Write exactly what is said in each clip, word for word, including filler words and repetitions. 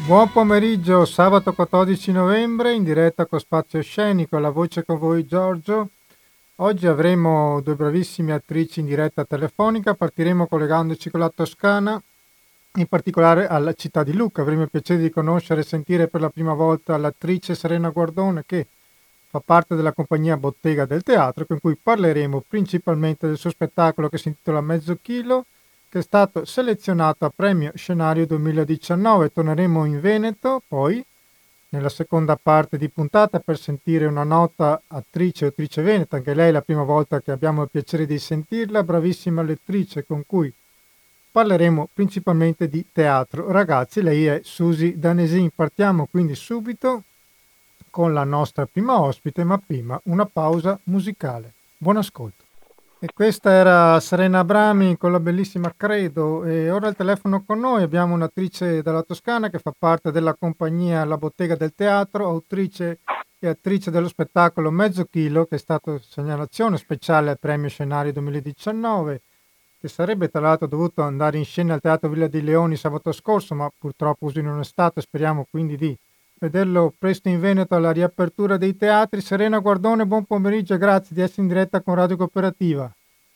Buon pomeriggio, sabato quattordici novembre, in diretta con Spazio Scenico, la voce con voi Giorgio. Oggi avremo due bravissime attrici in diretta telefonica, partiremo collegandoci con la Toscana, in particolare alla città di Lucca. Avremo il piacere di conoscere e sentire per la prima volta l'attrice Serena Guardone, che fa parte della compagnia Bottega del Teatro, con cui parleremo principalmente del suo spettacolo che si intitola Mezzo Chilo, che è stato selezionato a Premio Scenario duemiladiciannove. Torneremo in Veneto poi nella seconda parte di puntata per sentire una nota attrice, attrice veneta, anche lei è la prima volta che abbiamo il piacere di sentirla, bravissima lettrice con cui parleremo principalmente di teatro. Ragazzi, lei è Susi Danesin. Partiamo quindi subito con la nostra prima ospite, ma prima una pausa musicale. Buon ascolto. E questa era Serena Abrami con la bellissima Credo, e ora al telefono con noi abbiamo un'attrice della Toscana che fa parte della compagnia La Bottega del Teatro, autrice e attrice dello spettacolo Mezzo Chilo, che è stato segnalazione speciale al Premio Scenario duemiladiciannove, che sarebbe tra l'altro dovuto andare in scena al Teatro Villa di Leoni sabato scorso, ma purtroppo così non è stato. Speriamo quindi di vederlo presto in Veneto alla riapertura dei teatri. Serena Guardone, buon pomeriggio e grazie di essere in diretta con Radio Cooperativa.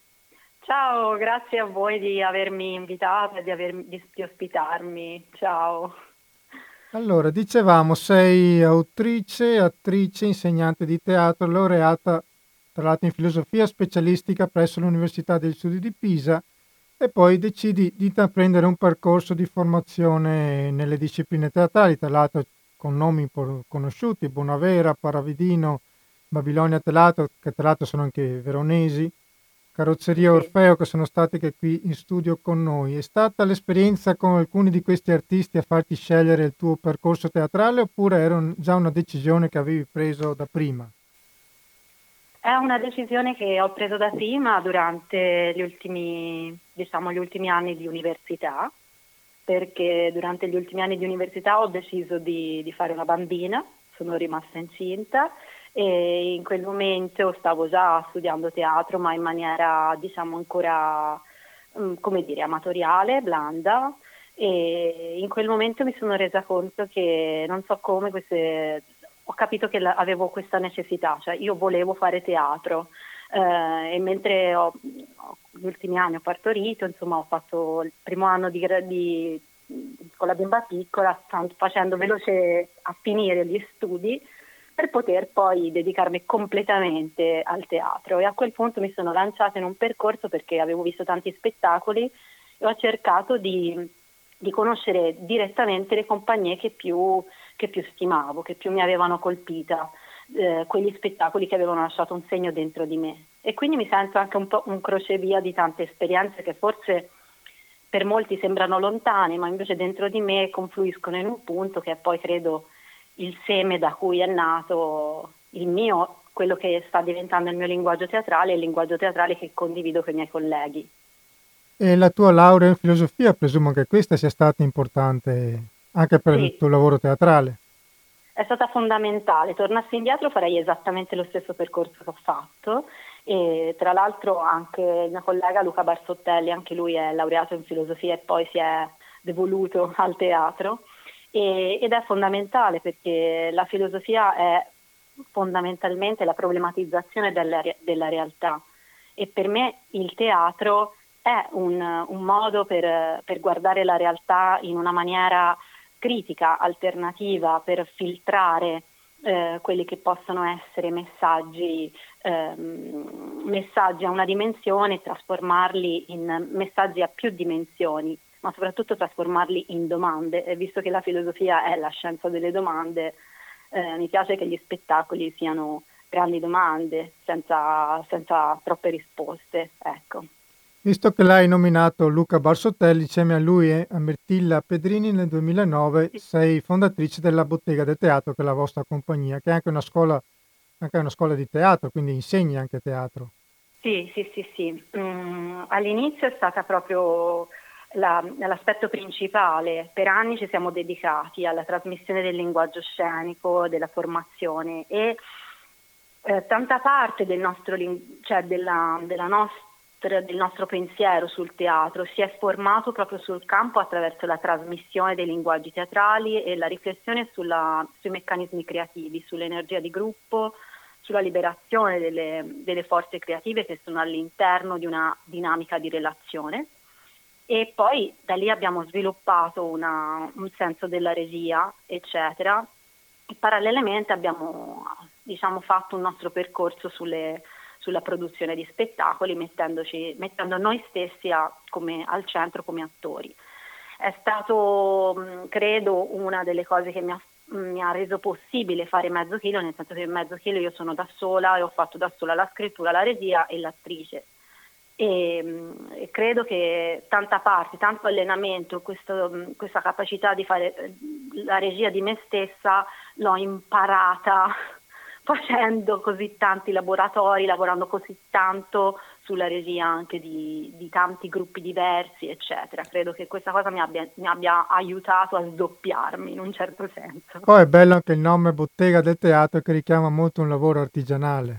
Ciao, grazie a voi di avermi invitato e di, avermi, di, di ospitarmi. Ciao. Allora, dicevamo, sei autrice, attrice, insegnante di teatro, laureata tra l'altro in filosofia specialistica presso l'Università degli Studi di Pisa, e poi decidi di intraprendere un percorso di formazione nelle discipline teatrali, tra l'altro con nomi conosciuti, Bonavera, Paravidino, Babilonia Teatro, che tra l'altro sono anche veronesi, Carrozzeria Sì. Orfeo, che sono stati che qui in studio con noi. È stata l'esperienza con alcuni di questi artisti a farti scegliere il tuo percorso teatrale, oppure era un, già una decisione che avevi preso da prima? È una decisione che ho preso da prima durante gli ultimi, diciamo, gli ultimi anni di università, perché durante gli ultimi anni di università ho deciso di, di fare una bambina, sono rimasta incinta e in quel momento stavo già studiando teatro, ma in maniera, diciamo, ancora, come dire, amatoriale, blanda, e in quel momento mi sono resa conto che non so come queste... ho capito che la, avevo questa necessità, cioè io volevo fare teatro eh, e mentre ho, gli ultimi anni ho partorito, insomma ho fatto il primo anno di, di, con la bimba piccola, facendo veloce a finire gli studi per poter poi dedicarmi completamente al teatro, e a quel punto mi sono lanciata in un percorso perché avevo visto tanti spettacoli e ho cercato di, di conoscere direttamente le compagnie che più che più stimavo, che più mi avevano colpita, eh, quegli spettacoli che avevano lasciato un segno dentro di me. E quindi mi sento anche un po' un crocevia di tante esperienze che forse per molti sembrano lontane, ma invece dentro di me confluiscono in un punto che è poi, credo, il seme da cui è nato il mio, quello che sta diventando il mio linguaggio teatrale e il linguaggio teatrale che condivido con i miei colleghi. E la tua laurea in filosofia, presumo che questa sia stata importante anche per Sì. il tuo lavoro teatrale. È stata fondamentale. Tornassi indietro farei esattamente lo stesso percorso che ho fatto, e tra l'altro anche il mio collega Luca Barsottelli, anche lui è laureato in filosofia e poi si è devoluto al teatro, e, ed è fondamentale perché la filosofia è fondamentalmente la problematizzazione della, della realtà, e per me il teatro è un, un modo per, per guardare la realtà in una maniera critica, alternativa, per filtrare eh, quelli che possono essere messaggi, ehm, messaggi a una dimensione e trasformarli in messaggi a più dimensioni, ma soprattutto trasformarli in domande. E visto che la filosofia è la scienza delle domande, eh, mi piace che gli spettacoli siano grandi domande, senza, senza troppe risposte. Ecco. Visto che l'hai nominato Luca Barsottelli, insieme a lui e a Mirtilla Pedrini nel duemilanove sei fondatrice della Bottega del Teatro, che è la vostra compagnia, che è anche una scuola, anche una scuola di teatro, quindi insegni anche teatro. Sì, sì, sì, sì. Mm, all'inizio è stata proprio la, l'aspetto principale. Per anni ci siamo dedicati alla trasmissione del linguaggio scenico, della formazione, e eh, tanta parte del nostro, cioè della, della nostra nostra, del nostro pensiero sul teatro, si è formato proprio sul campo attraverso la trasmissione dei linguaggi teatrali e la riflessione sulla, sui meccanismi creativi, sull'energia di gruppo, sulla liberazione delle, delle forze creative che sono all'interno di una dinamica di relazione. E poi da lì abbiamo sviluppato una, un senso della regia, eccetera, e parallelamente abbiamo, diciamo, fatto un nostro percorso sulle, sulla produzione di spettacoli, mettendoci, mettendo noi stessi a, come, al centro come attori. È stato, credo, una delle cose che mi ha, mi ha reso possibile fare Mezzo Chilo, nel senso che in Mezzo Chilo io sono da sola e ho fatto da sola la scrittura, la regia e l'attrice. E, e credo che tanta parte, tanto allenamento, questo, questa capacità di fare la regia di me stessa l'ho imparata facendo così tanti laboratori, lavorando così tanto sulla regia anche di, di tanti gruppi diversi, eccetera. Credo che questa cosa mi abbia, mi abbia aiutato a sdoppiarmi in un certo senso. Poi è bello anche il nome Bottega del Teatro, che richiama molto un lavoro artigianale.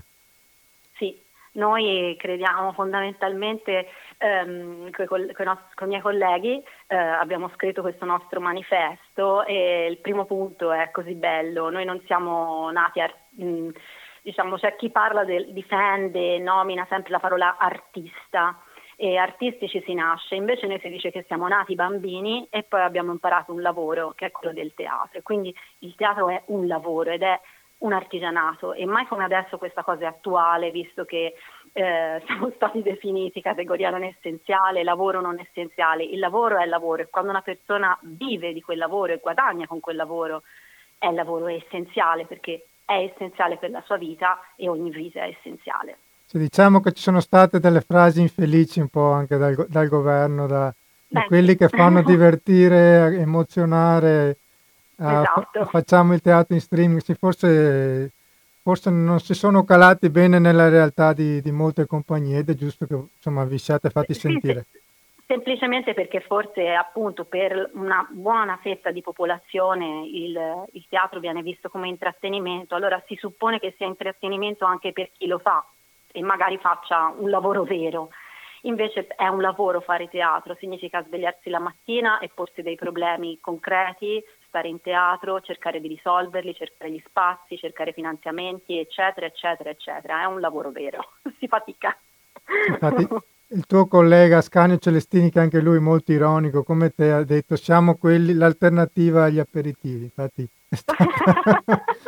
Sì, noi crediamo fondamentalmente, ehm, con i miei colleghi eh, abbiamo scritto questo nostro manifesto e il primo punto è così bello: noi non siamo nati, ar- mh, diciamo, c'è chi parla del, difende, nomina sempre la parola artista, e artistici si nasce, invece noi si dice che siamo nati bambini e poi abbiamo imparato un lavoro che è quello del teatro, e quindi il teatro è un lavoro ed è un artigianato, e mai come adesso questa cosa è attuale, visto che eh, siamo stati definiti categoria non essenziale, lavoro non essenziale. Il lavoro è lavoro, e quando una persona vive di quel lavoro e guadagna con quel lavoro, è lavoro essenziale, perché è essenziale per la sua vita e ogni vita è essenziale. Cioè, diciamo che ci sono state delle frasi infelici un po' anche dal, go- dal governo, da, da Beh, quelli sì. che fanno divertire, emozionare. Ah, fa- Esatto. facciamo il teatro in streaming. Sì, forse, forse non si sono calati bene nella realtà di, di molte compagnie, ed è giusto che, insomma, vi siate fatti Sì, sentire. se- semplicemente perché forse appunto per una buona fetta di popolazione il, il teatro viene visto come intrattenimento, allora si suppone che sia intrattenimento anche per chi lo fa e magari faccia un lavoro vero. Invece è un lavoro fare teatro, significa svegliarsi la mattina e porsi dei problemi concreti, stare in teatro, cercare di risolverli, cercare gli spazi, cercare finanziamenti, eccetera, eccetera, eccetera. È un lavoro vero, si fatica. Infatti, il tuo collega Ascanio Celestini, che anche lui molto ironico, come te, ha detto: siamo quelli, l'alternativa agli aperitivi. Infatti, è stata...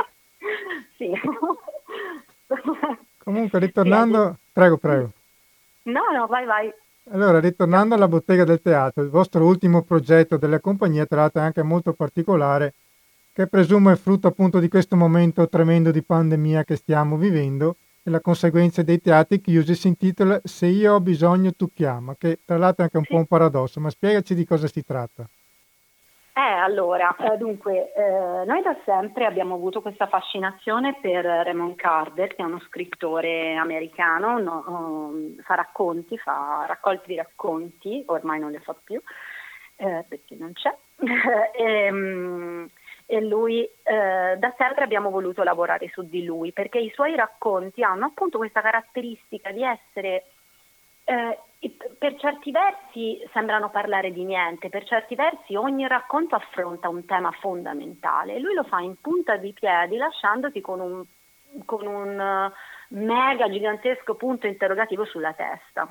Sì. Comunque, Sì, è gi- ritornando, prego, prego. no, no, vai, vai. Allora, ritornando alla Bottega del Teatro, il vostro ultimo progetto della compagnia, tra l'altro, è anche molto particolare, che presumo è frutto appunto di questo momento tremendo di pandemia che stiamo vivendo e la conseguenza dei teatri chiusi. Si intitola Se io ho bisogno tu chiama, che tra l'altro è anche un po' Sì. un paradosso, ma spiegaci di cosa si tratta. Eh, allora, eh, dunque, eh, noi da sempre abbiamo avuto questa fascinazione per Raymond Carver, che è uno scrittore americano, no, um, fa racconti, fa raccolti di racconti, ormai non le fa più, eh, perché non c'è, e, mm, e lui, eh, da sempre abbiamo voluto lavorare su di lui, perché i suoi racconti hanno appunto questa caratteristica di essere... Eh, per certi versi sembrano parlare di niente, per certi versi ogni racconto affronta un tema fondamentale e lui lo fa in punta di piedi, lasciandoti con un, con un eh, mega gigantesco punto interrogativo sulla testa.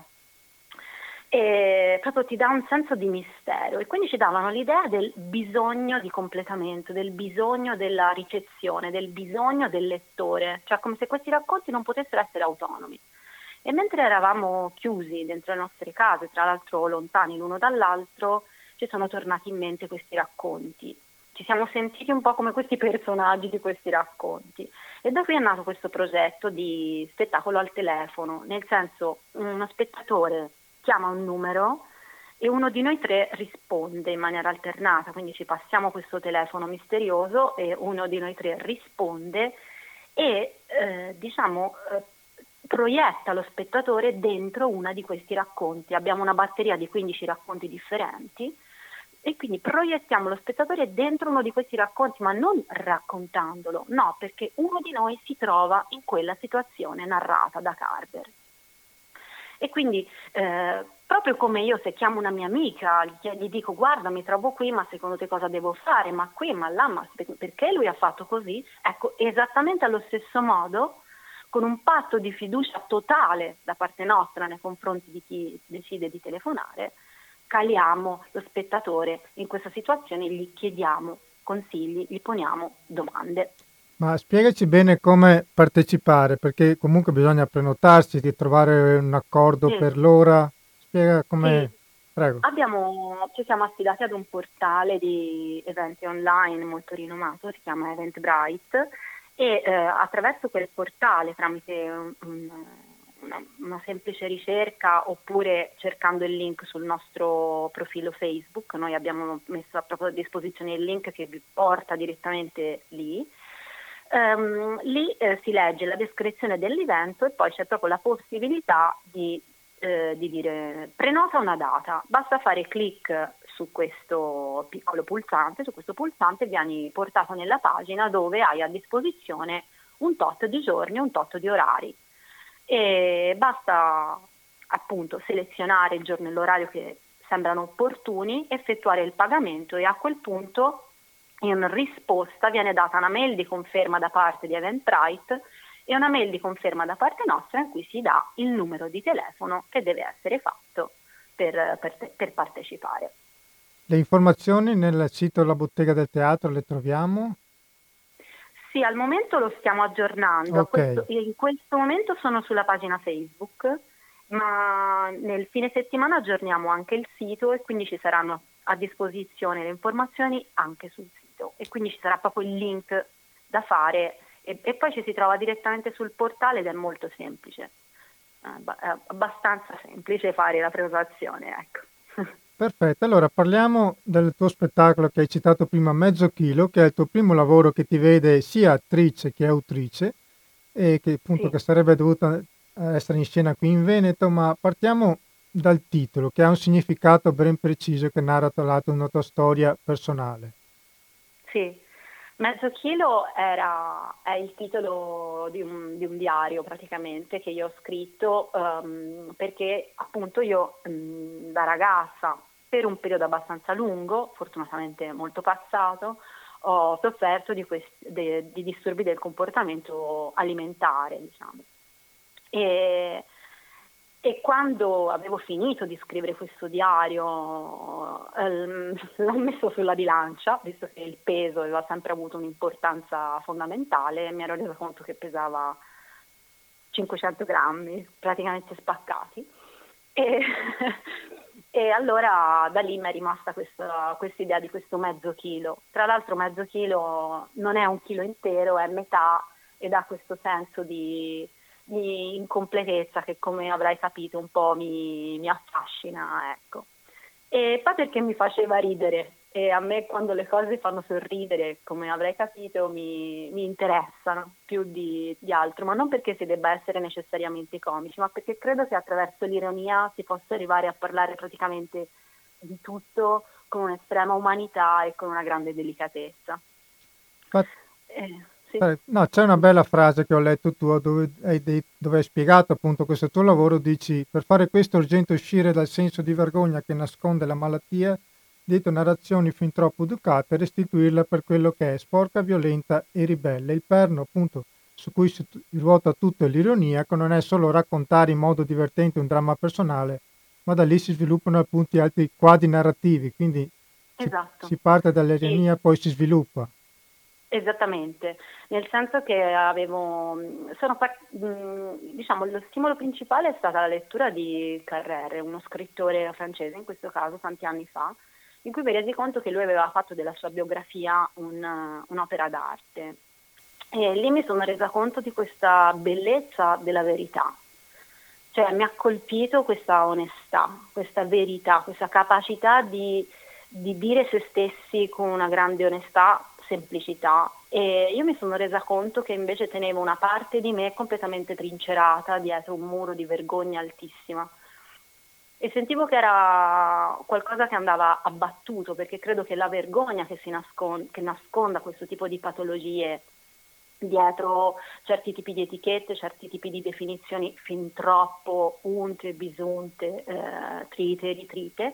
E proprio ti dà un senso di mistero, e quindi ci davano l'idea del bisogno di completamento, del bisogno della ricezione, del bisogno del lettore, cioè come se questi racconti non potessero essere autonomi. E mentre eravamo chiusi dentro le nostre case, tra l'altro lontani l'uno dall'altro, ci sono tornati in mente questi racconti. Ci siamo sentiti un po' come questi personaggi di questi racconti. E da qui è nato questo progetto di spettacolo al telefono, nel senso, uno spettatore chiama un numero e uno di noi tre risponde in maniera alternata, quindi ci passiamo questo telefono misterioso e uno di noi tre risponde e eh, diciamo eh, proietta lo spettatore dentro una di questi racconti. Abbiamo una batteria di quindici racconti differenti e quindi proiettiamo lo spettatore dentro uno di questi racconti, ma non raccontandolo, no, perché uno di noi si trova in quella situazione narrata da Carver. E quindi eh, proprio come io se chiamo una mia amica, gli, gli dico guarda mi trovo qui, ma secondo te cosa devo fare? Ma qui, ma là, ma perché lui ha fatto così? Ecco, esattamente allo stesso modo, con un patto di fiducia totale da parte nostra nei confronti di chi decide di telefonare, caliamo lo spettatore in questa situazione, gli chiediamo consigli, gli poniamo domande. Ma spiegaci bene come partecipare, perché comunque bisogna prenotarsi, di trovare un accordo Sì, per l'ora. Spiega come... sì. Prego. Abbiamo, ci siamo affidati ad un portale di eventi online molto rinomato, si chiama Eventbrite, e eh, attraverso quel portale, tramite un- un- una, una semplice ricerca oppure cercando il link sul nostro profilo Facebook, noi abbiamo messo a proprio a disposizione il link che vi porta direttamente lì. Ehm, lì eh, si legge la descrizione dell'evento e poi c'è proprio la possibilità di eh, di dire prenota una data, basta fare clic su questo piccolo pulsante, su questo pulsante vieni portato nella pagina dove hai a disposizione un tot di giorni, un tot di orari e basta appunto selezionare il giorno e l'orario che sembrano opportuni, effettuare il pagamento e a quel punto in risposta viene data una mail di conferma da parte di Eventbrite e una mail di conferma da parte nostra in cui si dà il numero di telefono che deve essere fatto per, per, per partecipare. Le informazioni nel sito La Bottega del Teatro le troviamo? Sì, al momento lo stiamo aggiornando, a Ok, questo- in questo momento sono sulla pagina Facebook, ma nel fine settimana aggiorniamo anche il sito e quindi ci saranno a disposizione le informazioni anche sul sito e quindi ci sarà proprio il link da fare e, e poi ci si trova direttamente sul portale ed è molto semplice, è abbastanza semplice fare la prenotazione, ecco. perfetto. Allora parliamo del tuo spettacolo che hai citato prima, Mezzo Chilo, che è il tuo primo lavoro che ti vede sia attrice che autrice e che appunto Sì. che sarebbe dovuta essere in scena qui in Veneto, ma partiamo dal titolo, che ha un significato ben preciso che narra tra l'altro una tua storia personale. Sì, Mezzo chilo era, è il titolo di un, di un diario praticamente che io ho scritto ehm, perché appunto io mh, da ragazza per un periodo abbastanza lungo, fortunatamente molto passato, ho sofferto di, questi, de- di disturbi del comportamento alimentare, diciamo. E, e quando avevo finito di scrivere questo diario, ehm, l'ho messo sulla bilancia, visto che il peso aveva sempre avuto un'importanza fondamentale, e mi ero resa conto che pesava cinquecento grammi, praticamente spaccati. E, e allora da lì mi è rimasta questa idea di questo mezzo chilo. Tra l'altro mezzo chilo non è un chilo intero, è metà ed ha questo senso di di incompletezza che come avrai capito un po' mi, mi affascina, ecco. E poi perché mi faceva ridere e a me quando le cose fanno sorridere, come avrai capito, mi, mi interessano più di, di altro, ma non perché si debba essere necessariamente comici, ma perché credo che attraverso l'ironia si possa arrivare a parlare praticamente di tutto con un'estrema umanità e con una grande delicatezza. Fa- Eh, sì. eh, No, c'è una bella frase che ho letto tu dove hai, de- dove hai spiegato appunto questo tuo lavoro, dici per fare questo è urgente uscire dal senso di vergogna che nasconde la malattia dietro narrazioni fin troppo educate e restituirla per quello che è, sporca, violenta e ribelle. Il perno appunto su cui si t- ruota tutto è l'ironia, che non è solo raccontare in modo divertente un dramma personale, ma da lì si sviluppano appunto altri quadri narrativi, quindi si, Esatto. si parte Sì, dall'ironia poi si sviluppa. esattamente, nel senso che avevo, sono, par- mh, diciamo, lo stimolo principale è stata la lettura di Carrère, uno scrittore francese, in questo caso tanti anni fa, in cui mi resi conto che lui aveva fatto della sua biografia un- un'opera d'arte. E lì mi sono resa conto di questa bellezza della verità, cioè mi ha colpito questa onestà, questa verità, questa capacità di, di dire se stessi con una grande onestà, semplicità. E io mi sono resa conto che invece tenevo una parte di me completamente trincerata dietro un muro di vergogna altissima. E sentivo che era qualcosa che andava abbattuto, perché credo che la vergogna che, si nascon- che nasconda questo tipo di patologie dietro certi tipi di etichette, certi tipi di definizioni fin troppo unte, bisunte, eh, trite, ritrite,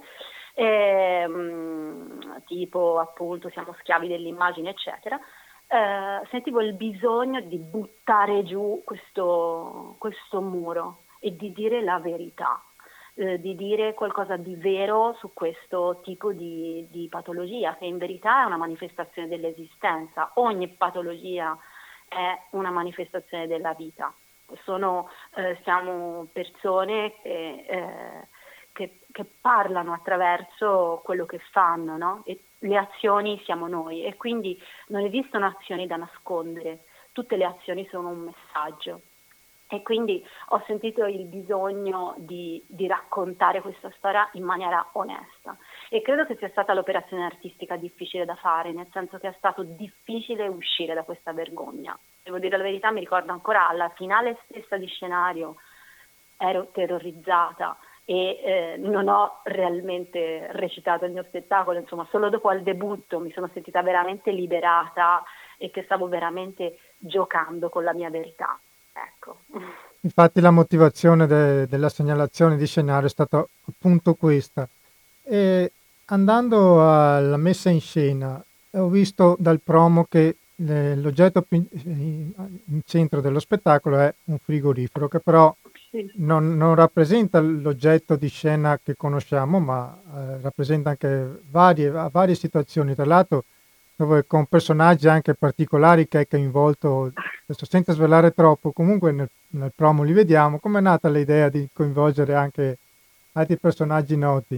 eh, mh, tipo appunto siamo schiavi dell'immagine, eccetera. Eh, sentivo il bisogno di buttare giù questo, questo muro e di dire la verità, eh, di dire qualcosa di vero su questo tipo di, di patologia, che in verità è una manifestazione dell'esistenza. Ogni patologia è una manifestazione della vita. Sono, eh, siamo persone che, eh, che, che parlano attraverso quello che fanno, no? E le azioni siamo noi, e quindi non esistono azioni da nascondere, tutte le azioni sono un messaggio. E quindi ho sentito il bisogno di, di raccontare questa storia in maniera onesta, e credo che sia stata l'operazione artistica difficile da fare, nel senso che è stato difficile uscire da questa vergogna. Devo dire la verità, mi ricordo ancora alla finale stessa di scenario, ero terrorizzata e eh, non ho realmente recitato il mio spettacolo, insomma solo dopo al debutto mi sono sentita veramente liberata e che stavo veramente giocando con la mia verità. Ecco. Infatti la motivazione de- della segnalazione di scenario è stata appunto questa. E andando alla messa in scena, ho visto dal promo che le- l'oggetto prin- in in centro dello spettacolo è un frigorifero, che però Sì. non, non rappresenta l'oggetto di scena che conosciamo, ma eh, rappresenta anche varie, varie situazioni. Tra l'altro, dove con personaggi anche particolari che hai coinvolto, adesso senza svelare troppo, comunque nel, nel promo li vediamo. Com'è nata l'idea di coinvolgere anche altri personaggi noti?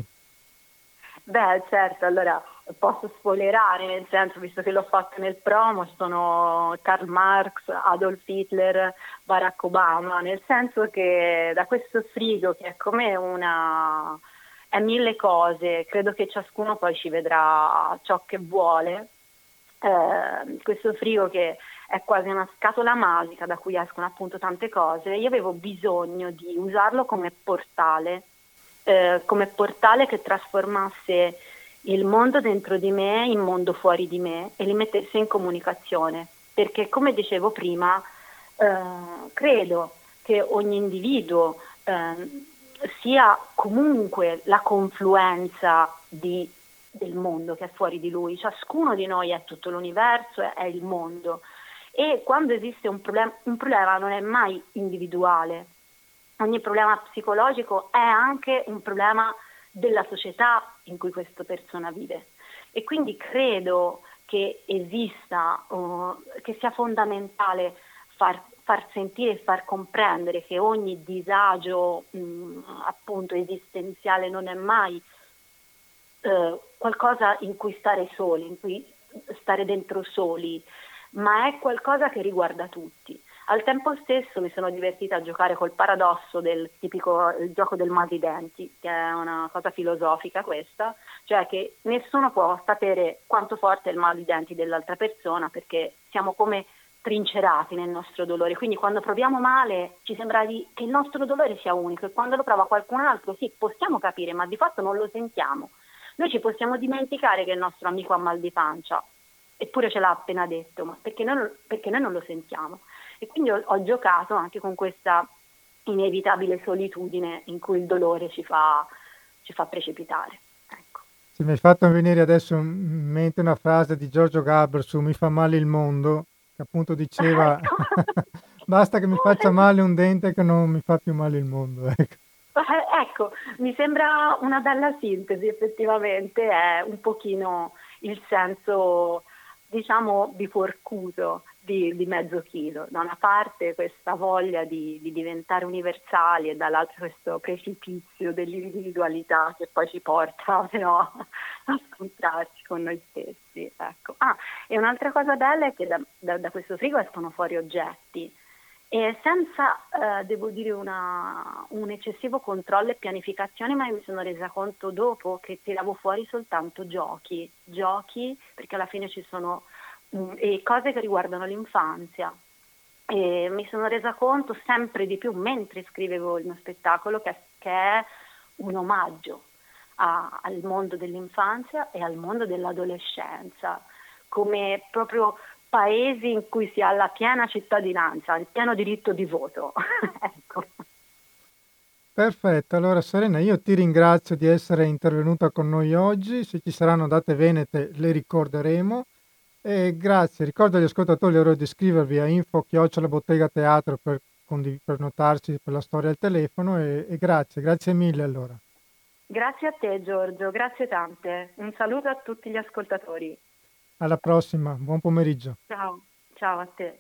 Beh, certo, allora posso spoilerare, nel senso, visto che l'ho fatto nel promo, sono Karl Marx, Adolf Hitler, Barack Obama, nel senso che da questo frigo, che è come una... è mille cose, credo che ciascuno poi ci vedrà ciò che vuole. Eh, questo frigo che è quasi una scatola magica da cui escono appunto tante cose, io avevo bisogno di usarlo come portale, eh, come portale che trasformasse il mondo dentro di me in mondo fuori di me e li mettesse in comunicazione. Perché, come dicevo prima, eh, credo che ogni individuo eh, sia comunque la confluenza di, del mondo che è fuori di lui. Ciascuno di noi è tutto l'universo, è, è il mondo. E quando esiste un problem- un problema non è mai individuale. Ogni problema psicologico è anche un problema della società in cui questa persona vive. E quindi credo che esista, uh, che sia fondamentale far, far sentire e far comprendere che ogni disagio mh, appunto esistenziale non è mai uh, qualcosa in cui stare soli, in cui stare dentro soli, ma è qualcosa che riguarda tutti. Al tempo stesso mi sono divertita a giocare col paradosso del tipico il gioco del mal di denti, che è una cosa filosofica questa, cioè che nessuno può sapere quanto forte è il mal di denti dell'altra persona, perché siamo come trincerati nel nostro dolore, quindi quando proviamo male ci sembra di, che il nostro dolore sia unico, e quando lo prova qualcun altro sì, possiamo capire, ma di fatto non lo sentiamo. Noi ci possiamo dimenticare che il nostro amico ha mal di pancia, eppure ce l'ha appena detto, ma perché noi, perché noi non lo sentiamo. E quindi ho, ho giocato anche con questa inevitabile solitudine in cui il dolore ci fa, ci fa precipitare. Ecco. Se mi hai fatto venire adesso in mente una frase di Giorgio Gaber su Mi fa male il mondo, che appunto diceva Ecco. basta che mi faccia male un dente che non mi fa più male il mondo. Ecco. Eh, Ecco, mi sembra una bella sintesi, effettivamente è un pochino il senso, diciamo, biforcuto di, di mezzo chilo. Da una parte questa voglia di, di diventare universali e dall'altra questo precipizio dell'individualità che poi ci porta però a scontrarci con noi stessi. Ecco. Ah, e un'altra cosa bella è che da, da, da questo frigo escono fuori oggetti. E senza, eh, devo dire, una, un eccessivo controllo e pianificazione, ma io mi sono resa conto dopo che tiravo fuori soltanto giochi, giochi perché alla fine ci sono mm, e cose che riguardano l'infanzia. E mi sono resa conto sempre di più mentre scrivevo il mio spettacolo che, che è un omaggio a- al mondo dell'infanzia e al mondo dell'adolescenza, come proprio paesi in cui si ha la piena cittadinanza, il pieno diritto di voto. Ecco. Perfetto, allora Serena, io ti ringrazio di essere intervenuta con noi oggi, se ci saranno date venete le ricorderemo e grazie, ricordo agli ascoltatori loro di scrivervi a info chiocciola bottega teatro per, condiv- per notarci per la storia al telefono e, e grazie, grazie mille allora. Grazie a te Giorgio, grazie tante. Un saluto a tutti gli ascoltatori. Alla prossima, buon pomeriggio. Ciao, ciao a te.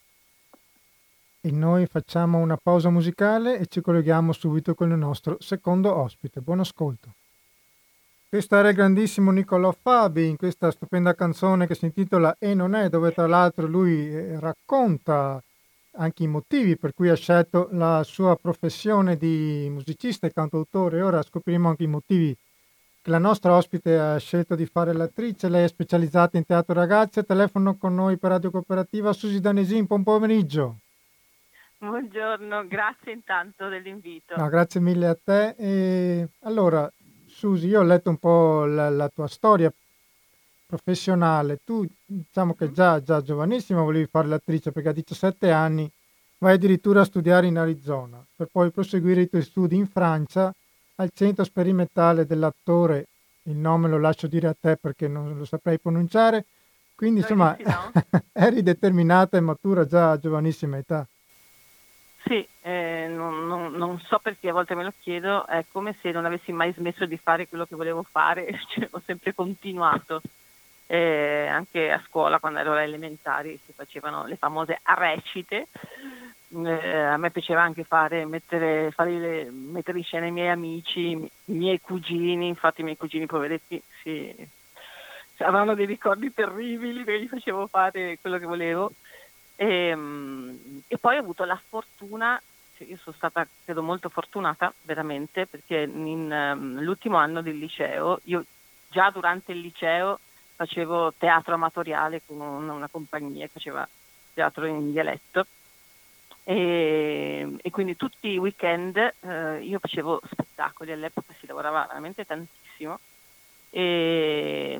E noi facciamo una pausa musicale e ci colleghiamo subito con il nostro secondo ospite. Buon ascolto. Questo era il grandissimo Niccolò Fabi in questa stupenda canzone che si intitola E non è, dove tra l'altro lui eh, racconta anche i motivi per cui ha scelto la sua professione di musicista e cantautore. Ora scopriremo anche i motivi che la nostra ospite ha scelto di fare l'attrice. Lei è specializzata in teatro ragazze. Telefono con noi per Radio Cooperativa Susi Danesin. Buon pomeriggio. Buongiorno, grazie intanto dell'invito. No, grazie mille a te. E allora, Susi, io ho letto un po' la, la tua storia professionale. Tu, diciamo che già, già giovanissima volevi fare l'attrice perché a diciassette anni vai addirittura a studiare in Arizona per poi proseguire i tuoi studi in Francia al centro sperimentale dell'attore. Il nome lo lascio dire a te perché non lo saprei pronunciare. Quindi, insomma, eri determinata e matura già a giovanissima età. Sì, eh, non, non, non so perché a volte me lo chiedo, è come se non avessi mai smesso di fare quello che volevo fare, cioè, ho sempre continuato. Eh, anche a scuola, quando ero alle elementari, si facevano le famose recite. Eh, a me piaceva anche fare, mettere, fare le, mettere in scena i miei amici, i miei cugini, infatti i miei cugini poveretti sì, avevano dei ricordi terribili perché gli facevo fare quello che volevo. E, e poi ho avuto la fortuna, cioè io sono stata credo molto fortunata veramente perché in, um, l'ultimo anno del liceo, io già durante il liceo facevo teatro amatoriale con una, una compagnia che faceva teatro in dialetto e, e quindi tutti i weekend eh, io facevo spettacoli, all'epoca si lavorava veramente tantissimo e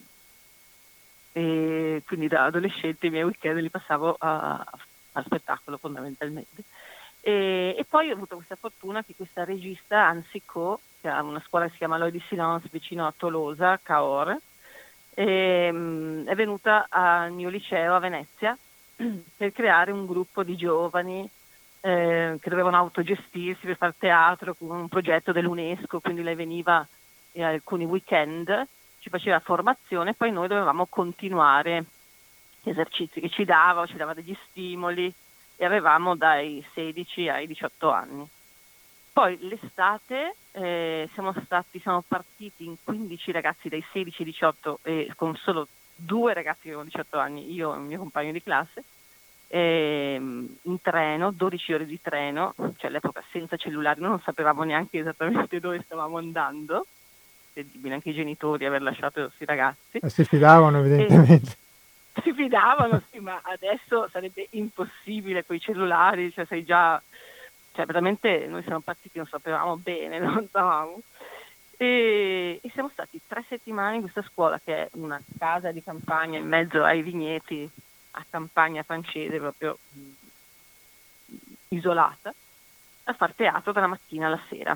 e quindi da adolescente i miei weekend li passavo a, a spettacolo fondamentalmente e, e poi ho avuto questa fortuna che questa regista Ansico, che ha una scuola che si chiama L'Oeil de Silence vicino a Tolosa, Cahors, e, um, è venuta al mio liceo a Venezia per creare un gruppo di giovani eh, che dovevano autogestirsi per fare teatro con un progetto dell'UNESCO, quindi lei veniva eh, alcuni weekend, ci faceva formazione, poi noi dovevamo continuare gli esercizi che ci dava, ci dava degli stimoli e avevamo dai sedici ai diciotto anni. Poi l'estate eh, siamo stati, siamo partiti in quindici ragazzi dai sedici ai diciotto e con solo due ragazzi che avevano diciotto anni, io e il mio compagno di classe, eh, in treno, dodici ore di treno, cioè all'epoca senza cellulari, noi non sapevamo neanche esattamente dove stavamo andando. Incredibile, anche i genitori aver lasciato i nostri ragazzi. E si fidavano evidentemente. E si fidavano, sì, ma adesso sarebbe impossibile con i cellulari, cioè sei già, cioè veramente noi siamo partiti, non sapevamo bene, non stavamo. E, e siamo stati tre settimane in questa scuola che è una casa di campagna in mezzo ai vigneti, a campagna francese, proprio isolata, a far teatro dalla mattina alla sera.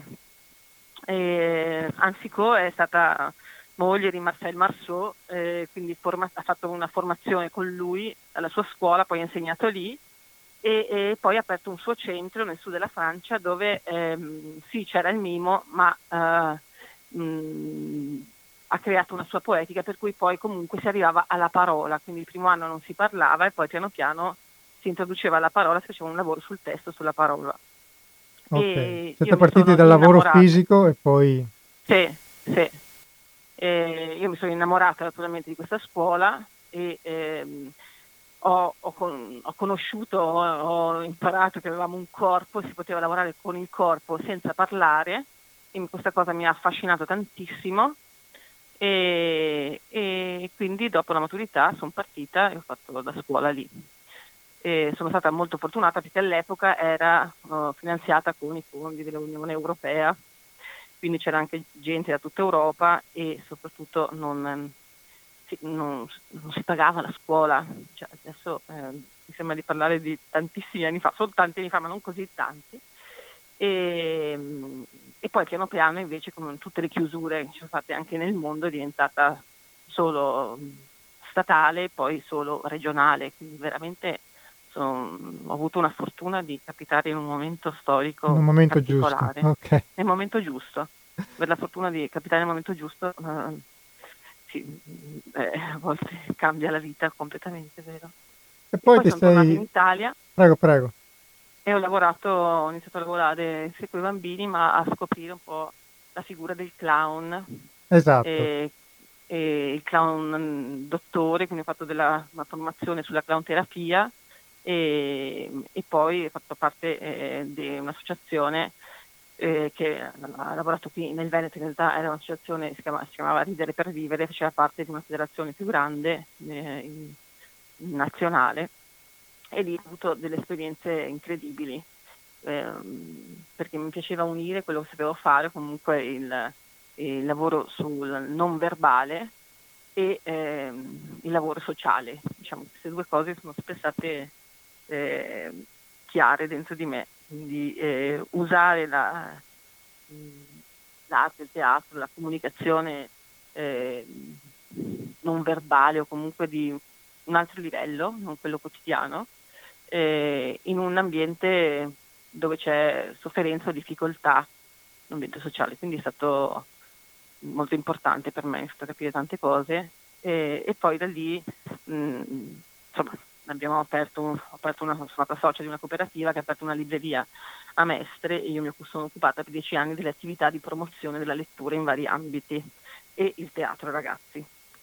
E Ansico è stata moglie di Marcel Marceau, eh, quindi forma- ha fatto una formazione con lui alla sua scuola, poi ha insegnato lì e, e poi ha aperto un suo centro nel sud della Francia dove ehm, sì c'era il mimo ma eh, mh, ha creato una sua poetica per cui poi comunque si arrivava alla parola, quindi il primo anno non si parlava e poi piano piano si introduceva la parola, si faceva un lavoro sul testo, sulla parola. Ok, E siete io mi partiti sono dal lavoro innamorata. fisico e poi... Sì, sì. E io mi sono innamorata naturalmente di questa scuola e ehm, ho, ho, con- ho conosciuto, ho, ho imparato che avevamo un corpo, si poteva lavorare con il corpo senza parlare e questa cosa mi ha affascinato tantissimo e, e quindi dopo la maturità sono partita e ho fatto la scuola lì. E sono stata molto fortunata perché all'epoca era uh, finanziata con i fondi dell'Unione Europea, quindi c'era anche gente da tutta Europa e soprattutto non, sì, non, non si pagava la scuola, cioè, adesso eh, mi sembra di parlare di tantissimi anni fa, solo tanti anni fa, ma non così tanti. E, e poi piano piano invece, come tutte le chiusure che ci sono fatte anche nel mondo, è diventata solo statale, poi solo regionale, quindi veramente son- ho avuto una fortuna di capitare in un momento In un storico momento giusto, particolare, ok. nel momento giusto, per la fortuna di capitare nel momento giusto, eh, sì, eh, a volte cambia la vita completamente, vero? E E poi poi ti sono tornata in sei... Italia Prego, prego. e ho lavorato, ho iniziato a lavorare sia con i bambini, ma a scoprire un po' la figura del clown, Esatto. e, e il clown mm, dottore, quindi ho fatto della, una formazione sulla clown terapia e, e poi ho fatto parte eh, di un'associazione eh, che ha lavorato qui nel Veneto, in realtà era un'associazione, si chiamava, si chiamava Ridere per Vivere, faceva parte di una federazione più grande, eh, in- nazionale, e lì ho avuto delle esperienze incredibili, ehm, perché mi piaceva unire quello che sapevo fare, comunque il, il lavoro sul non verbale e ehm, il lavoro sociale. Diciamo, queste due cose sono sempre state eh, chiare dentro di me, quindi eh, usare la, mh, l'arte, il teatro, la comunicazione eh, non verbale o comunque di un altro livello, non quello quotidiano, eh, in un ambiente dove c'è sofferenza o difficoltà, un ambiente sociale. Quindi è stato molto importante per me, è stato capire tante cose e, e poi da lì mh, insomma abbiamo aperto, un, ho aperto una, sono stata socia di una cooperativa che ha aperto una libreria a Mestre e io mi sono occupata per dieci anni delle attività di promozione della lettura in vari ambiti e il teatro ragazzi.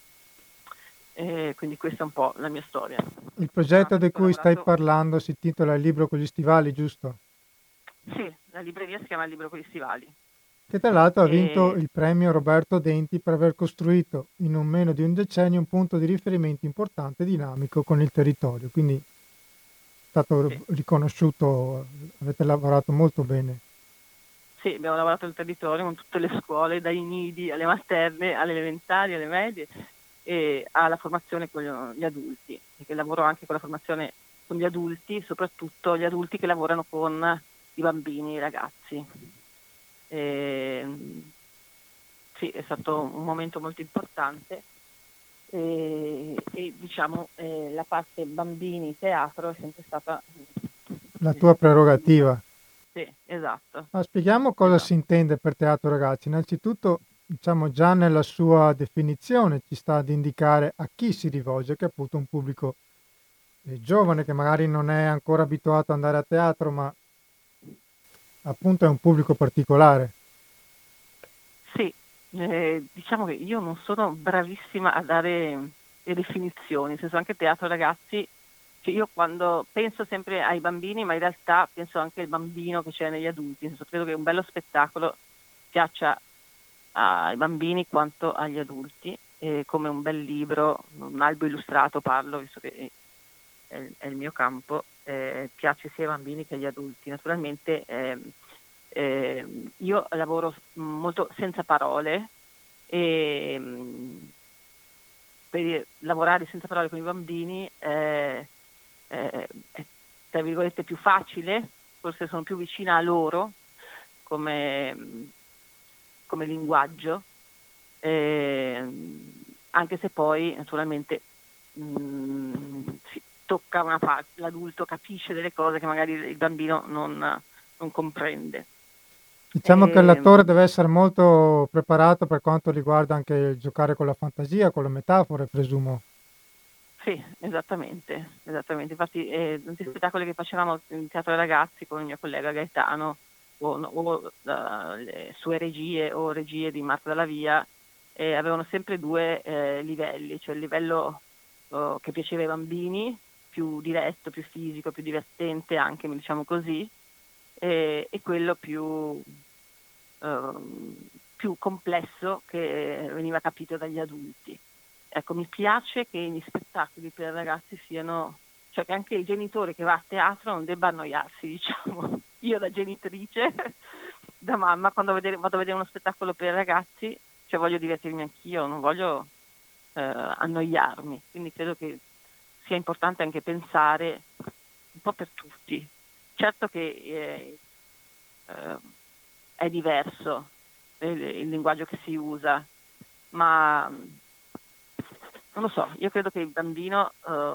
E quindi questa è un po' la mia storia. Il Ah, progetto di ho cui stai lavorato, parlando si intitola Il libro con gli stivali, giusto? sì, la libreria si chiama Il Libro con gli Stivali. Che tra l'altro ha vinto E, il premio Roberto Denti per aver costruito in non meno di un decennio un punto di riferimento importante e dinamico con il territorio. Quindi è stato sì. riconosciuto, avete lavorato molto bene. Sì, abbiamo lavorato nel territorio con tutte le scuole, dai nidi alle materne, alle elementari, alle medie e alla formazione con gli adulti, perché lavoro anche con la formazione con gli adulti, soprattutto gli adulti che lavorano con i bambini e i ragazzi. E, sì, è stato un momento molto importante e, e diciamo eh, la parte bambini teatro è sempre stata La eh, tua il mio. prerogativa. Sì, esatto, Ma spieghiamo cosa si esatto. intende per teatro ragazzi. Innanzitutto, diciamo già nella sua definizione ci sta ad indicare a chi si rivolge, che è appunto un pubblico eh, giovane che magari non è ancora abituato ad andare a teatro, ma appunto è un pubblico particolare. Sì, eh, diciamo che io non sono bravissima a dare le definizioni, nel senso anche teatro ragazzi, cioè io quando penso sempre ai bambini, ma in realtà penso anche al bambino che c'è negli adulti, nel senso credo che un bello spettacolo piaccia ai bambini quanto agli adulti, e come un bel libro, un albo illustrato parlo, visto che è, il è il mio campo, eh, piace sia ai bambini che agli adulti. Naturalmente ehm, eh, io lavoro molto senza parole e mh, per lavorare senza parole con i bambini eh, eh, è tra virgolette più facile, forse sono più vicina a loro come, mh, come linguaggio, eh, anche se poi naturalmente mh, si tocca una parte, l'adulto capisce delle cose che magari il bambino non, non comprende. Diciamo che l'attore E, deve essere molto preparato per quanto riguarda anche il giocare con la fantasia, con le metafore, presumo. sì, esattamente, esattamente. Infatti, eh, tanti spettacoli che facevamo in Teatro ai Ragazzi con il mio collega Gaetano, o, no, o eh, le sue regie o regie di Marta Dalla Via, eh, avevano sempre due eh, livelli, cioè il livello oh, che piaceva ai bambini, più diretto, più fisico, più divertente anche, diciamo così, e, e quello più, ehm, più complesso che veniva capito dagli adulti. Ecco, mi piace che gli spettacoli per ragazzi siano, cioè che anche il genitore che va a teatro non debba annoiarsi, diciamo. Io da genitrice, da mamma, quando vedere- vado a vedere uno spettacolo per ragazzi, cioè voglio divertirmi anch'io, non voglio eh, annoiarmi, quindi credo che sia importante anche pensare un po' per tutti. Certo che eh, eh, è diverso il, il linguaggio che si usa, ma non lo so, io credo che il bambino eh,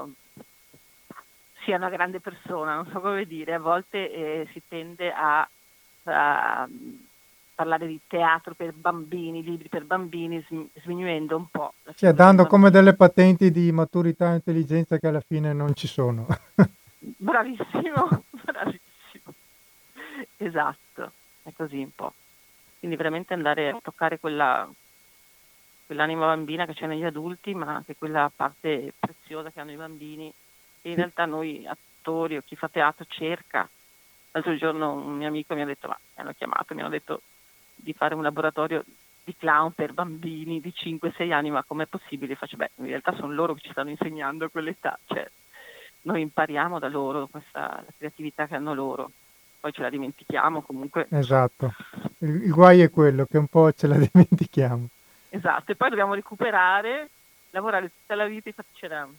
sia una grande persona, non so come dire, a volte eh, si tende a, a parlare di teatro per bambini, libri per bambini, sm- sminuendo un po' la Cioè, figura del dando come bambino. delle patenti di maturità e intelligenza che alla fine non ci sono. Bravissimo, bravissimo. Esatto, è così un po'. Quindi veramente andare a toccare quella, quell'anima bambina che c'è negli adulti, ma anche quella parte preziosa che hanno i bambini. E in Sì, realtà noi attori o chi fa teatro cerca. L'altro giorno un mio amico mi ha detto, ma mi hanno chiamato, mi hanno detto di fare un laboratorio di clown per bambini di cinque sei anni, ma com'è possibile? Faccio, beh, in realtà sono loro che ci stanno insegnando a quell'età, cioè noi impariamo da loro questa la creatività che hanno loro, poi ce la dimentichiamo comunque. esatto. Il, il guai è quello che un po' ce la dimentichiamo. Esatto, e poi dobbiamo recuperare, lavorare tutta la vita. Infatti c'era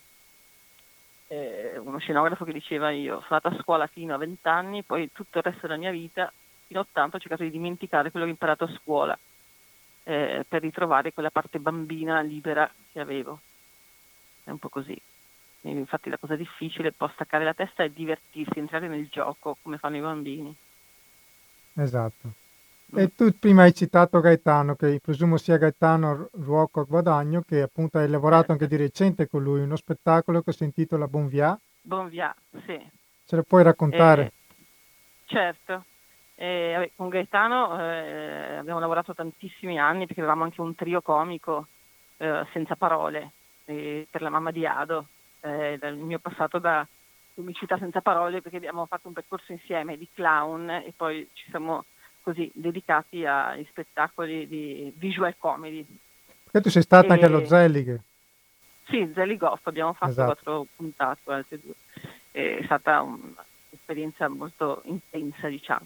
eh, uno scenografo che diceva: io sono andata a scuola fino a venti anni, poi tutto il resto della mia vita, fino a ottanta, ho cercato di dimenticare quello che ho imparato a scuola, eh, per ritrovare quella parte bambina libera che avevo. È un po' così. E infatti la cosa difficile è poi staccare la testa e divertirsi, entrare nel gioco come fanno i bambini. Esatto. Mm. E tu prima hai citato Gaetano, che presumo sia Gaetano Ru- Ruoco Guadagno, che appunto hai lavorato anche Certo, di recente con lui, uno spettacolo che si intitola Bon Via. Bon via, sì. Ce lo puoi raccontare? Eh, certo. Eh, vabbè, con Gaetano eh, abbiamo lavorato tantissimi anni perché avevamo anche un trio comico, eh, senza parole, eh, per la mamma di Ado, eh, dal mio passato da comicità senza parole, perché abbiamo fatto un percorso insieme di clown e poi ci siamo così dedicati agli spettacoli di visual comedy. Perché tu sei stata anche allo E, Zelig. sì, Zeligoff, abbiamo fatto Esatto. quattro puntate, altre due. È stata un'esperienza molto intensa, diciamo.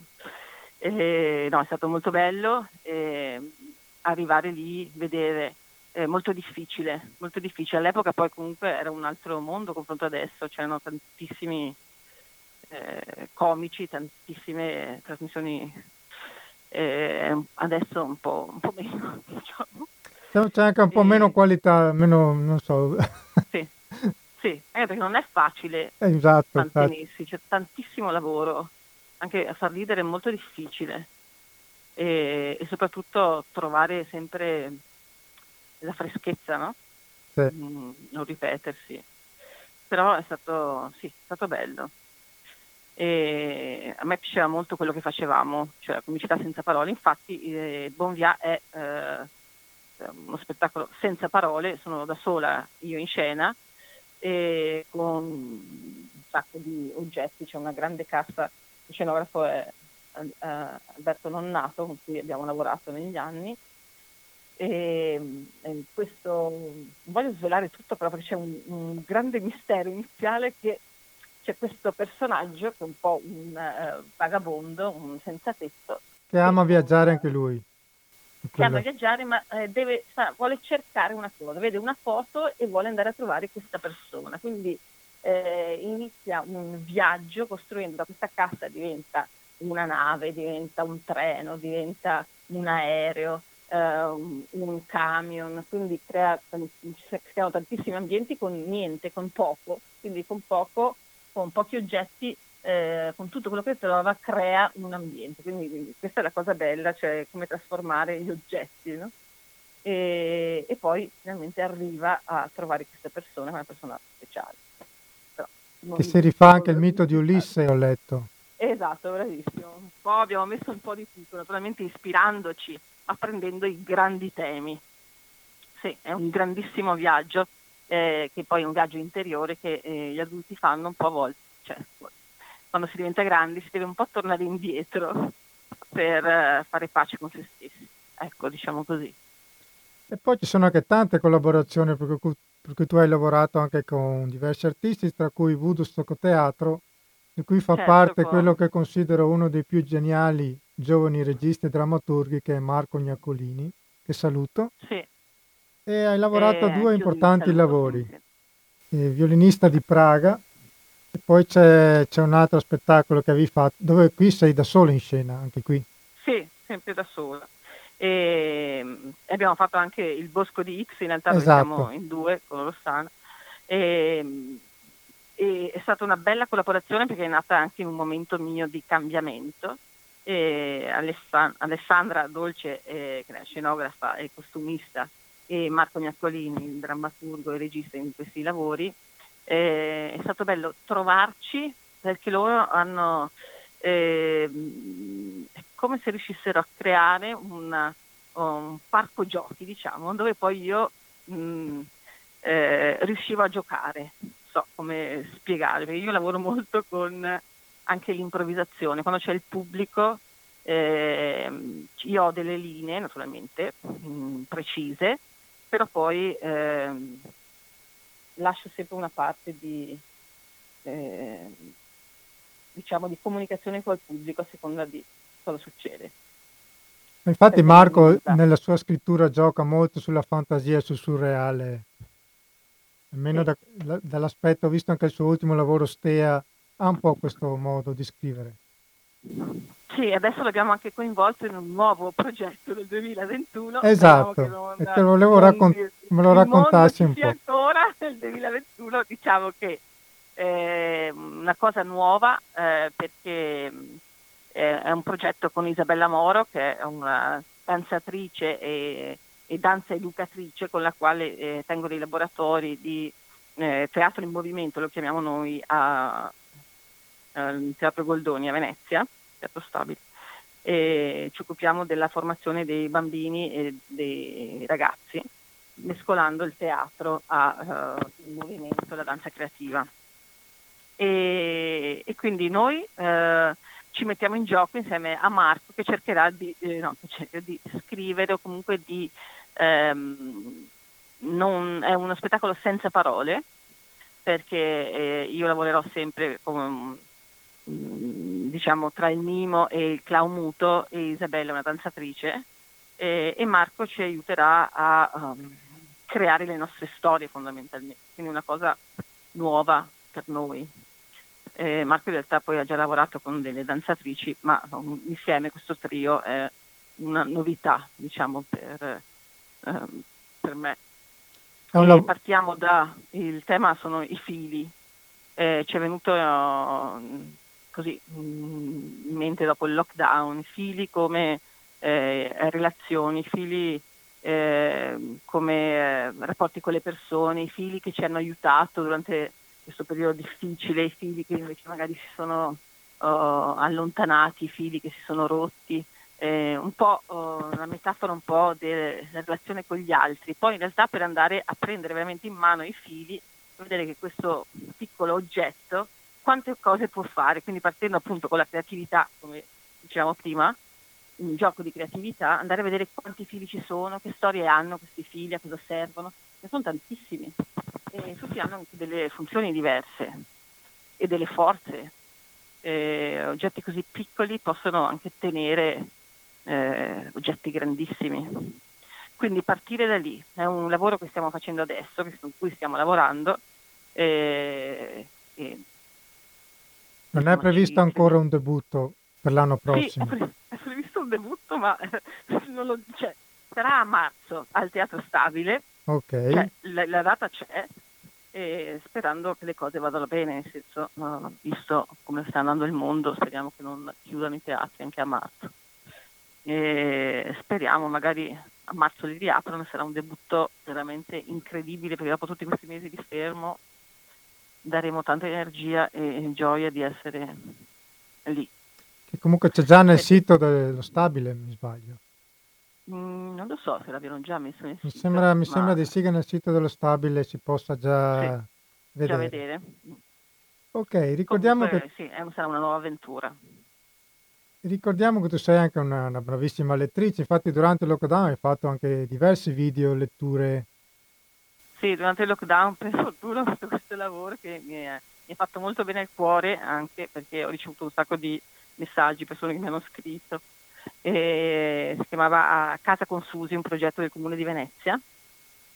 E, no, è stato molto bello eh, arrivare lì, vedere, è molto difficile, molto difficile. All'epoca poi comunque era un altro mondo confronto adesso, c'erano tantissimi eh, comici, tantissime trasmissioni, eh, adesso un po', un po' meno, diciamo. C'è c'è anche un po' meno E, qualità, meno, non so. sì, sì, anche perché non è facile Eh, Esatto, infatti. mantenersi, c'è tantissimo lavoro, anche a far ridere è molto difficile e, e soprattutto trovare sempre la freschezza, no? Sì. Mm, non ripetersi. Però è stato, sì, è stato bello. E a me piaceva molto quello che facevamo, cioè la comicità senza parole. Infatti eh, Bon Via è eh, uno spettacolo senza parole, sono da sola io in scena e con un sacco di oggetti, c'è una grande cassa, il scenografo è eh, Alberto Nonnato, con cui abbiamo lavorato negli anni. E, e questo non voglio svelare tutto, però perché c'è un, un grande mistero iniziale, che c'è questo personaggio che è un po' un uh, vagabondo, un senza tetto, Che che, ama con, viaggiare anche lui. In che ama quello. viaggiare, ma eh, deve, sa, vuole cercare una cosa, vede una foto e vuole andare a trovare questa persona. Quindi eh, inizia un viaggio costruendo da questa cassa, diventa una nave, diventa un treno, diventa un aereo, eh, un, un camion, quindi crea, creano tantissimi ambienti con niente, con poco, quindi con poco, con pochi oggetti, eh, con tutto quello che trova crea un ambiente. Quindi, quindi questa è la cosa bella, cioè come trasformare gli oggetti, no? E, e poi finalmente arriva a trovare questa persona, una persona speciale. Però, Che non si dico rifà anche il spoiler, mito di Ulisse, ho letto. esatto, bravissimo. Un po' abbiamo messo un po' di tutto, naturalmente ispirandoci, ma prendendo i grandi temi. Sì, è un grandissimo viaggio, eh, che poi è un viaggio interiore che eh, gli adulti fanno un po' a volte, cioè quando si diventa grandi si deve un po' tornare indietro per eh, fare pace con se stessi. Ecco, diciamo così. E poi ci sono anche tante collaborazioni per cui, per cui tu hai lavorato anche con diversi artisti, tra cui Woodstock Teatro, di cui fa Certo, parte quello con... che considero uno dei più geniali giovani registi e drammaturghi, che è Marco Gnaccolini, che saluto. sì, E hai lavorato a e due anch'io li importanti saluto lavori, sempre. eh, violinista di Praga e poi c'è, c'è un altro spettacolo che avevi fatto, dove qui sei da solo in scena, anche qui. Sì, sempre da sola. E, e abbiamo fatto anche il Bosco di X, in realtà dove Esatto. siamo in due con Rossana. E, e è stata una bella collaborazione perché è nata anche in un momento mio di cambiamento. E Alessan- Alessandra Dolce, eh, che è scenografa e costumista, e Marco Gnaccolini, il drammaturgo e regista in questi lavori. Eh, è stato bello trovarci perché loro hanno eh, è come se riuscissero a creare una- un parco giochi, diciamo, dove poi io mh, eh, riuscivo a giocare. Non so come spiegare, perché io lavoro molto con anche l'improvvisazione. Quando c'è il pubblico, ehm, io ho delle linee, naturalmente, mh, precise, però poi ehm, lascio sempre una parte di, eh, diciamo, di comunicazione col pubblico a seconda di cosa succede, Infatti perché non Marco limita. nella sua scrittura gioca molto sulla fantasia e sul surreale, almeno Sì, da- la- dall'aspetto, visto anche il suo ultimo lavoro Stea, ha un po' questo modo di scrivere. sì, adesso l'abbiamo anche coinvolto in un nuovo progetto del duemilaventuno, speriamo che Esatto, non, e te lo volevo non- raccon- me lo il mondo raccontassi ci un sia po'. ancora nel duemilaventuno. Diciamo che è una cosa nuova, eh, perché mh, è è un progetto con Isabella Moro, che è una danzatrice e, e danza educatrice con la quale eh, tengo dei laboratori di eh, teatro in movimento, lo chiamiamo noi, a, al Teatro Goldoni a Venezia, Teatro Stabile, e ci occupiamo della formazione dei bambini e dei ragazzi, mescolando il teatro al movimento, la danza creativa. E, e quindi noi eh, ci mettiamo in gioco insieme a Marco, che cercherà di, eh, no, che cerca di scrivere o comunque di... ehm, non, è uno spettacolo senza parole, perché eh, io lavorerò sempre come, mm, diciamo, tra il mimo e il clown muto, e Isabella è una danzatrice, e, e Marco ci aiuterà a um, creare le nostre storie fondamentalmente, quindi una cosa nuova per noi. Eh, Marco in realtà poi ha già lavorato con delle danzatrici, ma um, insieme questo trio è una novità, diciamo, per, ehm, per me. È un E lav- partiamo da, il tema sono i fili. Eh, ci è venuto eh, così mm, in mente dopo il lockdown, fili come eh, relazioni, fili eh, come eh, rapporti con le persone, i fili che ci hanno aiutato durante questo periodo difficile, i fili che invece magari si sono oh, allontanati, i fili che si sono rotti, eh, un po' oh, una metafora un po' de- della relazione con gli altri. Poi in realtà per andare a prendere veramente in mano i fili, vedere che questo piccolo oggetto quante cose può fare, quindi partendo appunto con la creatività, come dicevamo prima, un gioco di creatività, andare a vedere quanti fili ci sono, che storie hanno questi fili, a cosa servono, ne sono tantissimi e tutti hanno anche delle funzioni diverse e delle forze. Eh, oggetti così piccoli possono anche tenere eh, oggetti grandissimi. Quindi partire da lì è un lavoro che stiamo facendo adesso, su cui stiamo lavorando. E, e non è insomma previsto ci ancora crediamo. un debutto per l'anno Sì, è, prossimo. pre- è previsto un debutto, ma eh, non lo, cioè, sarà a marzo al Teatro Stabile, Ok. cioè la, la data c'è, e sperando che le cose vadano bene, nel senso, no, visto come sta andando il mondo, speriamo che non chiudano i teatri anche a marzo. E speriamo magari a marzo li riaprono, sarà un debutto veramente incredibile, perché dopo tutti questi mesi di fermo daremo tanta energia e gioia di essere lì. Che comunque c'è già nel Perché sito dello stabile, mi sbaglio. mh, non lo so se l'abbiano già messo nel Mi sito, sembra, mi sembra ma di sì che nel sito dello stabile si possa sì, già già vedere. vedere. Ok, ricordiamo che, Comunque sì, è, sarà una nuova avventura. ricordiamo che tu sei anche una, una bravissima lettrice, infatti durante il lockdown hai fatto anche diversi video, letture. Sì, durante il lockdown per fortuna ho fatto questo lavoro che mi, è- mi ha fatto molto bene al cuore, anche perché ho ricevuto un sacco di messaggi, persone che mi hanno scritto. E si chiamava A Casa con Susi, un progetto del Comune di Venezia,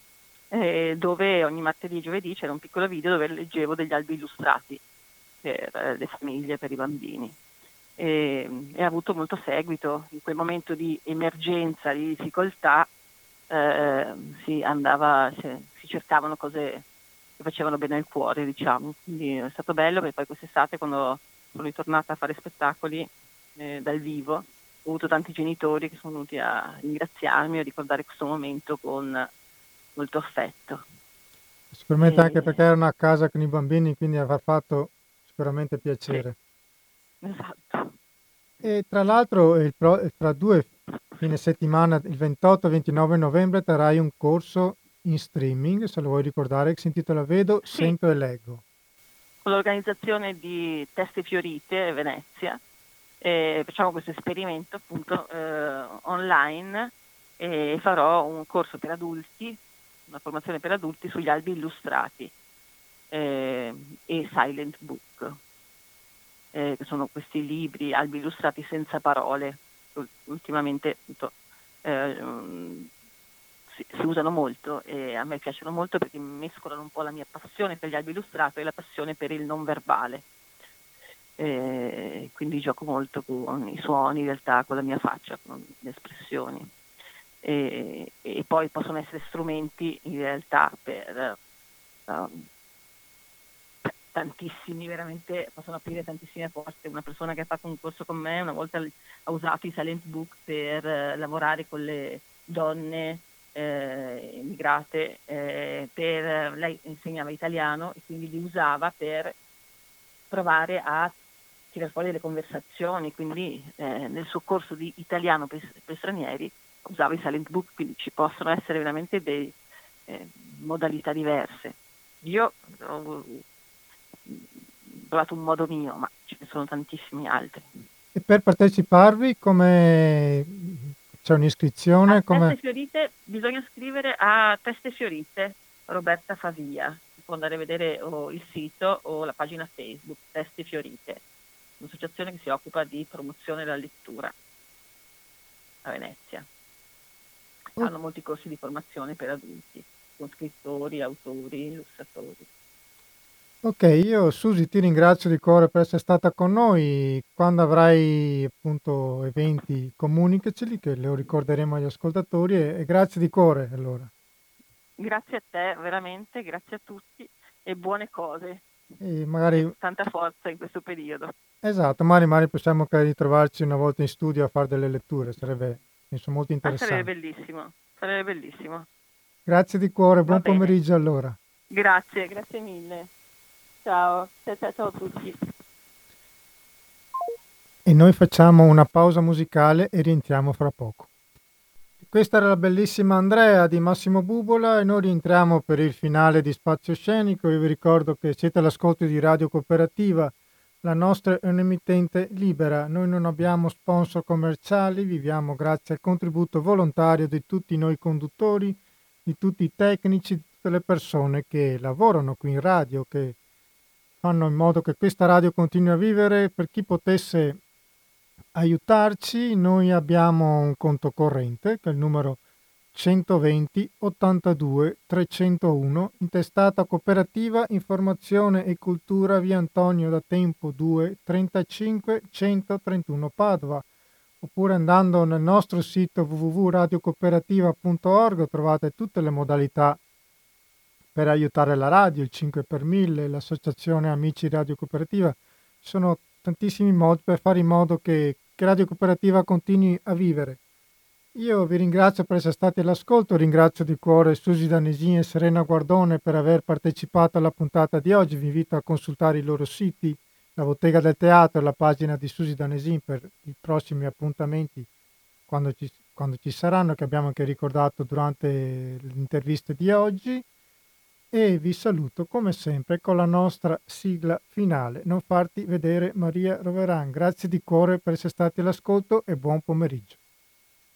eh, dove ogni martedì e giovedì c'era un piccolo video dove leggevo degli albi illustrati per eh, le famiglie, per i bambini. E, e ha avuto molto seguito. In quel momento di emergenza, di difficoltà, eh, si andava, si, si cercavano cose che facevano bene al cuore, diciamo. Quindi è stato bello, perché poi quest'estate, quando sono ritornata a fare spettacoli eh, dal vivo, ho avuto tanti genitori che sono venuti a ringraziarmi, a ricordare questo momento con molto affetto. Sicuramente anche E, perché erano a casa con i bambini, quindi avrà fatto sicuramente sì, piacere. esatto. E tra l'altro il pro- tra due fine settimana, il ventotto e ventinove novembre, terrai un corso in streaming, se lo vuoi ricordare, che si intitola Vedo, Sì, Sento e Leggo. con l'organizzazione di Teste Fiorite Venezia, eh, facciamo questo esperimento appunto eh, online, e farò un corso per adulti, una formazione per adulti sugli albi illustrati eh, e silent book, eh, che sono questi libri, albi illustrati senza parole, ultimamente appunto, eh, si, si usano molto, e a me piacciono molto perché mescolano un po' la mia passione per gli albi illustrati e la passione per il non verbale. Eh, quindi gioco molto con i suoni, in realtà, con la mia faccia, con le espressioni. E, e poi possono essere strumenti in realtà per, um, per tantissimi, veramente possono aprire tantissime porte. Una persona che ha fatto un corso con me una volta ha usato i silent book per uh, lavorare con le donne eh, immigrate, eh, per, lei insegnava italiano e quindi li usava per provare a tirare fuori delle conversazioni, quindi eh, nel suo corso di italiano per, per stranieri usava i silent book, quindi ci possono essere veramente delle eh, modalità diverse. Io ho trovato un modo mio, ma ce ne sono tantissimi altri. E per parteciparvi, come c'è A un'iscrizione? Teste Come... Fiorite bisogna scrivere a Teste Fiorite Roberta Favia, si può andare a vedere o il sito o la pagina Facebook Teste Fiorite, un'associazione che si occupa di promozione della lettura a Venezia. Oh, Hanno molti corsi di formazione per adulti, con scrittori, autori, illustratori. ok, io Susi ti ringrazio di cuore per essere stata con noi. Quando avrai appunto eventi, comunicaceli, che lo ricorderemo agli ascoltatori, e, e grazie di cuore allora. Grazie a te, veramente, grazie a tutti e buone cose E magari, e tanta forza in questo periodo. esatto, magari, magari possiamo anche ritrovarci una volta in studio a fare delle letture, sarebbe, penso, molto Ah, sarebbe interessante. bellissimo, sarebbe bellissimo. Grazie di cuore, Va buon bene, pomeriggio allora. grazie, grazie mille. Ciao, ciao, ciao, ciao a tutti. E noi facciamo una pausa musicale e rientriamo fra poco. Questa era la bellissima Andrea di Massimo Bubola e noi rientriamo per il finale di Spazio Scenico. Io vi ricordo che siete all'ascolto di Radio Cooperativa, la nostra è un'emittente libera. Noi non abbiamo sponsor commerciali, viviamo grazie al contributo volontario di tutti noi conduttori, di tutti i tecnici, di tutte le persone che lavorano qui in radio, che fanno in modo che questa radio continui a vivere. Per chi potesse aiutarci, noi abbiamo un conto corrente che è il numero centoventi ottantadue trecentouno, intestata Cooperativa Informazione e Cultura, via Antonio da Tempo due trentacinque centotrentuno Padova, oppure andando nel nostro sito w w w punto radio cooperativa punto org trovate tutte le modalità per aiutare la radio, il cinque per mille, l'associazione Amici Radio Cooperativa. Ci sono tantissimi modi per fare in modo che, che Radio Cooperativa continui a vivere. Io vi ringrazio per essere stati all'ascolto, ringrazio di cuore Susi Danesin e Serena Guardone per aver partecipato alla puntata di oggi. Vi invito a consultare i loro siti, la Bottega del Teatro e la pagina di Susi Danesin per i prossimi appuntamenti quando ci, quando ci saranno, che abbiamo anche ricordato durante le interviste di oggi. E vi saluto come sempre con la nostra sigla finale, Non farti vedere Maria Roveran. Grazie di cuore per essere stati all'ascolto e buon pomeriggio.